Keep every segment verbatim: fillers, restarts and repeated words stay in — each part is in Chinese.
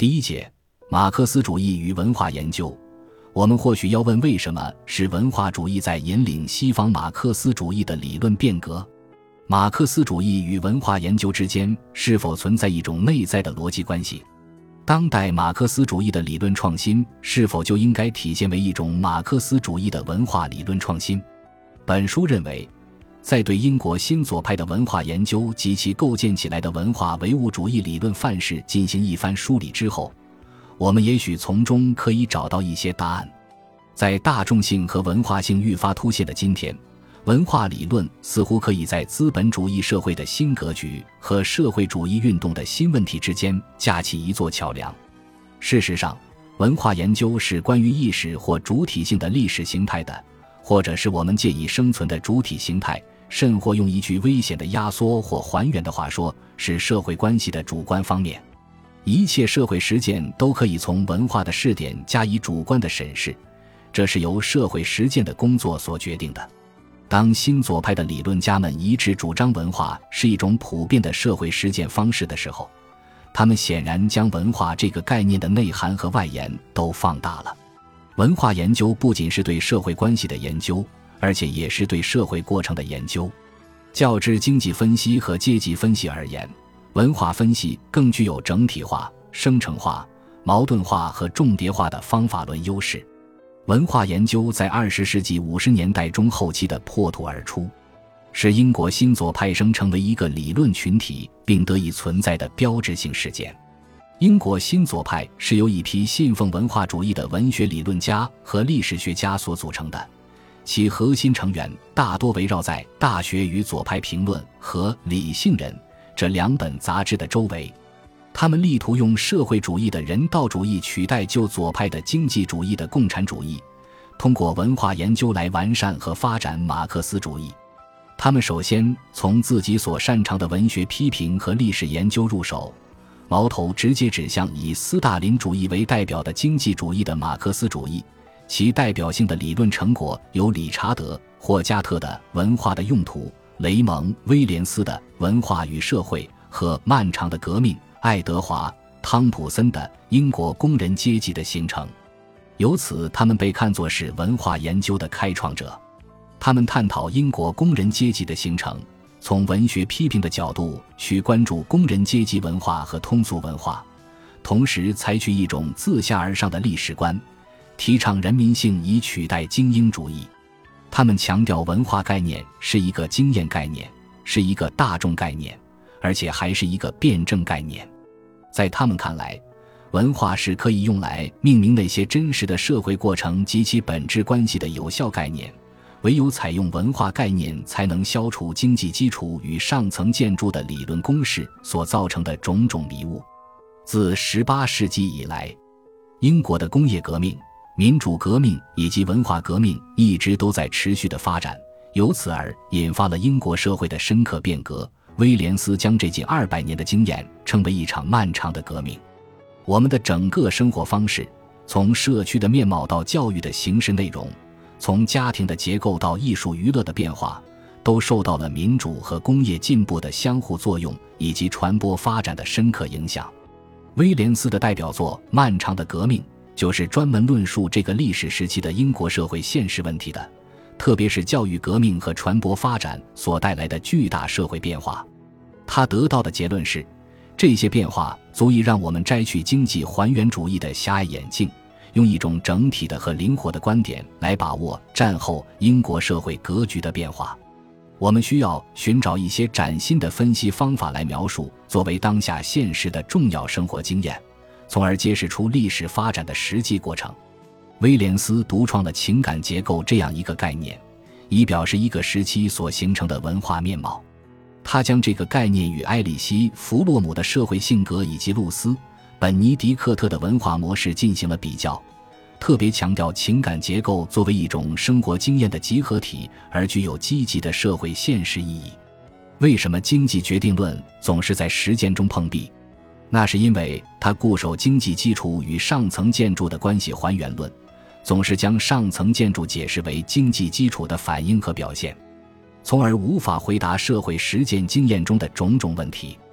第一节，马克思主义与文化研究。我们或许要问，为什么是文化主义在引领西方马克思主义的理论变革？马克思主义与文化研究之间是否存在一种内在的逻辑关系？当代马克思主义的理论创新是否就应该体现为一种马克思主义的文化理论创新？本书认为，在对英国新左派的文化研究及其构建起来的文化唯物主义理论范式进行一番梳理之后，我们也许从中可以找到一些答案。在大众性和文化性愈发凸显的今天，文化理论似乎可以在资本主义社会的新格局和社会主义运动的新问题之间架起一座桥梁。事实上，文化研究是关于意识或主体性的历史形态的，或者是我们借以生存的主体形态，甚或用一句危险的压缩或还原的话说，是社会关系的主观方面。一切社会实践都可以从文化的视点加以主观的审视，这是由社会实践的工作所决定的。当新左派的理论家们一致主张文化是一种普遍的社会实践方式的时候，他们显然将文化这个概念的内涵和外延都放大了。文化研究不仅是对社会关系的研究，而且也是对社会过程的研究。较之经济分析和阶级分析而言，文化分析更具有整体化、生成化、矛盾化和重叠化的方法论优势。文化研究在二十世纪五十年代中后期的破土而出，是英国新左派生成为一个理论群体并得以存在的标志性事件。英国新左派是由一批信奉文化主义的文学理论家和历史学家所组成的，其核心成员大多围绕在《大学与左派评论》和《理性人》这两本杂志的周围。他们力图用社会主义的人道主义取代旧左派的经济主义的共产主义，通过文化研究来完善和发展马克思主义。他们首先从自己所擅长的文学批评和历史研究入手，矛头直接指向以斯大林主义为代表的经济主义的马克思主义。其代表性的理论成果有理查德·霍加特的《文化的用途》，雷蒙·威廉斯的《文化与社会》和《漫长的革命》，爱德华·汤普森的《英国工人阶级的形成》。由此他们被看作是文化研究的开创者。他们探讨英国工人阶级的形成，从文学批评的角度去关注工人阶级文化和通俗文化，同时采取一种自下而上的历史观，提倡人民性以取代精英主义。他们强调文化概念是一个经验概念，是一个大众概念，而且还是一个辩证概念。在他们看来，文化是可以用来命名那些真实的社会过程及其本质关系的有效概念，唯有采用文化概念才能消除经济基础与上层建筑的理论公式所造成的种种迷雾。自十八世纪以来，英国的工业革命、民主革命以及文化革命一直都在持续的发展，由此而引发了英国社会的深刻变革。威廉斯将这近二百年的经验称为一场漫长的革命。我们的整个生活方式，从社区的面貌到教育的形式内容，从家庭的结构到艺术娱乐的变化，都受到了民主和工业进步的相互作用以及传播发展的深刻影响。威廉斯的代表作《漫长的革命》就是专门论述这个历史时期的英国社会现实问题的，特别是教育革命和传播发展所带来的巨大社会变化。他得到的结论是，这些变化足以让我们摘去经济还原主义的狭隘眼镜，用一种整体的和灵活的观点来把握战后英国社会格局的变化。我们需要寻找一些崭新的分析方法来描述作为当下现实的重要生活经验，从而揭示出历史发展的实际过程。威廉斯独创了情感结构这样一个概念，以表示一个时期所形成的文化面貌。他将这个概念与埃里希·弗洛姆的社会性格以及露丝·本尼迪克特的文化模式进行了比较，特别强调情感结构作为一种生活经验的集合体而具有积极的社会现实意义。为什么经济决定论总是在实践中碰壁？那是因为他固守经济基础与上层建筑的关系还原论，总是将上层建筑解释为经济基础的反应和表现，从而无法回答社会实践经验中的种种问题。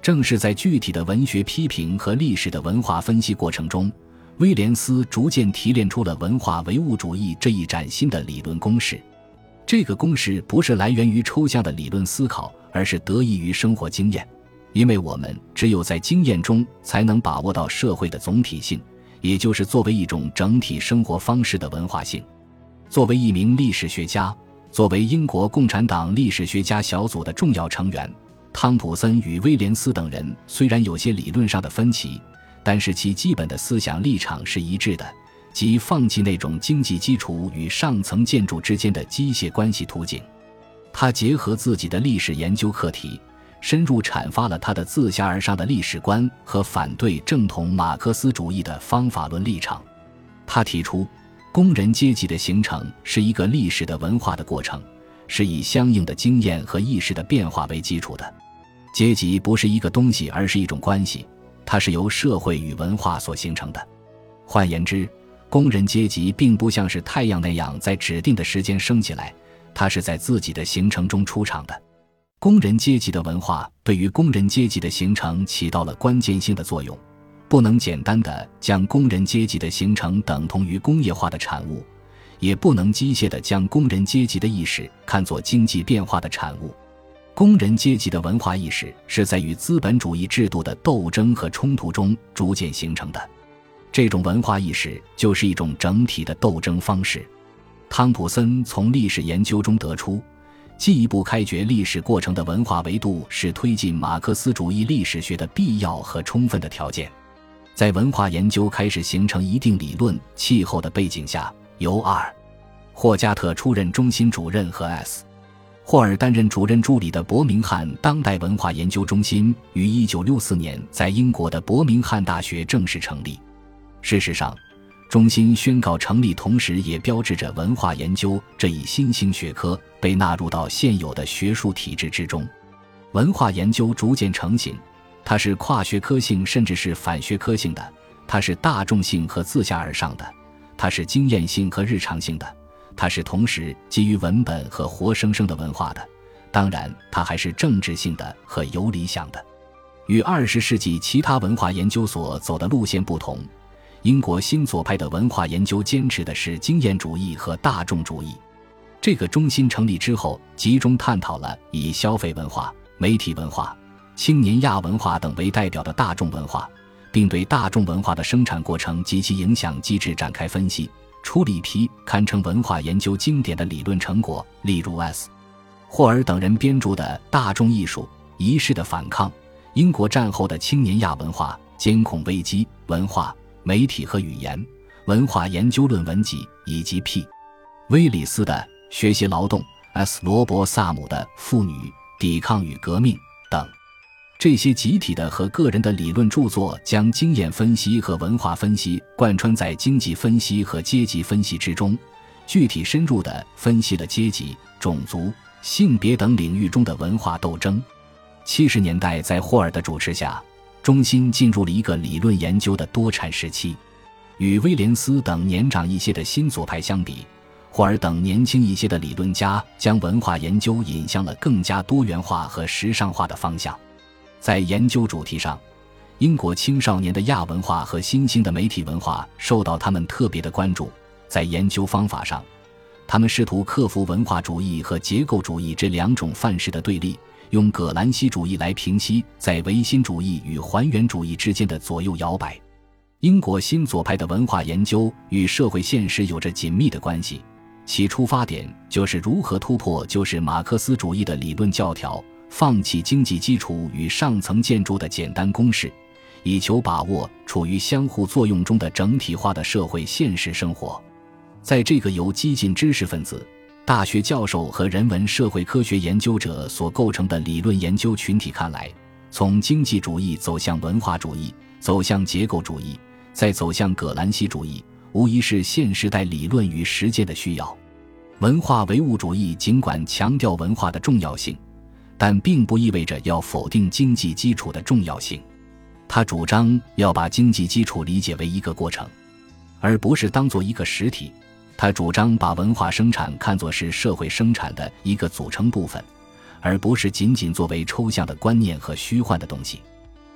正是在具体的文学批评和历史的文化分析过程中，威廉斯逐渐提炼出了文化唯物主义这一崭新的理论公式。这个公式不是来源于抽象的理论思考，而是得益于生活经验，因为我们只有在经验中才能把握到社会的总体性，也就是作为一种整体生活方式的文化性。作为一名历史学家，作为英国共产党历史学家小组的重要成员，汤普森与威廉斯等人虽然有些理论上的分歧，但是其基本的思想立场是一致的，即放弃那种经济基础与上层建筑之间的机械关系途径。他结合自己的历史研究课题，深入阐发了他的自下而上的历史观和反对正统马克思主义的方法论立场。他提出，工人阶级的形成是一个历史的文化的过程，是以相应的经验和意识的变化为基础的。阶级不是一个东西，而是一种关系，它是由社会与文化所形成的。换言之，工人阶级并不像是太阳那样在指定的时间升起来，它是在自己的形成中出场的。工人阶级的文化对于工人阶级的形成起到了关键性的作用，不能简单地将工人阶级的形成等同于工业化的产物，也不能机械地将工人阶级的意识看作经济变化的产物。工人阶级的文化意识是在与资本主义制度的斗争和冲突中逐渐形成的，这种文化意识就是一种整体的斗争方式。汤普森从历史研究中得出，进一步开掘历史过程的文化维度是推进马克思主义历史学的必要和充分的条件。在文化研究开始形成一定理论气候的背景下，由 R. 霍加特出任中心主任和 S. 霍尔担任主任助理的伯明翰当代文化研究中心于一九六四年在英国的伯明翰大学正式成立。事实上，中心宣告成立同时也标志着文化研究这一新兴学科被纳入到现有的学术体制之中。文化研究逐渐成型，它是跨学科性甚至是反学科性的，它是大众性和自下而上的，它是经验性和日常性的，它是同时基于文本和活生生的文化的，当然它还是政治性的和有理想的。与二十世纪其他文化研究所走的路线不同，英国新左派的文化研究坚持的是经验主义和大众主义。这个中心成立之后，集中探讨了以消费文化、媒体文化、青年亚文化等为代表的大众文化，并对大众文化的生产过程及其影响机制展开分析，出了一批堪称文化研究经典的理论成果，例如 S. 霍尔等人编著的《大众艺术：仪式的反抗》，英国战后的青年亚文化、监控危机、文化、媒体和语言、文化研究论文集，以及 P. 威里斯的《学习劳动》、S. 罗伯萨姆的《妇女、抵抗与革命》等。这些集体的和个人的理论著作将经验分析和文化分析贯穿在经济分析和阶级分析之中，具体深入地分析了阶级、种族、性别等领域中的文化斗争。七十年代在霍尔的主持下，中心进入了一个理论研究的多产时期。与威廉斯等年长一些的新左派相比，霍尔等年轻一些的理论家将文化研究引向了更加多元化和时尚化的方向。在研究主题上，英国青少年的亚文化和新兴的媒体文化受到他们特别的关注。在研究方法上，他们试图克服文化主义和结构主义这两种范式的对立，用葛兰西主义来平息在唯心主义与还原主义之间的左右摇摆。英国新左派的文化研究与社会现实有着紧密的关系，其出发点就是如何突破就是马克思主义的理论教条，放弃经济基础与上层建筑的简单公式，以求把握处于相互作用中的整体化的社会现实生活。在这个由激进知识分子、大学教授和人文社会科学研究者所构成的理论研究群体看来，从经济主义走向文化主义，走向结构主义，再走向葛兰西主义，无疑是现时代理论与实践的需要。文化唯物主义尽管强调文化的重要性，但并不意味着要否定经济基础的重要性。他主张要把经济基础理解为一个过程，而不是当作一个实体。他主张把文化生产看作是社会生产的一个组成部分，而不是仅仅作为抽象的观念和虚幻的东西。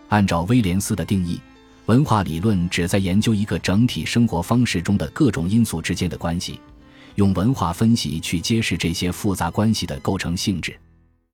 按照威廉斯的定义，文化理论旨在研究一个整体生活方式中的各种因素之间的关系，用文化分析去揭示这些复杂关系的构成性质。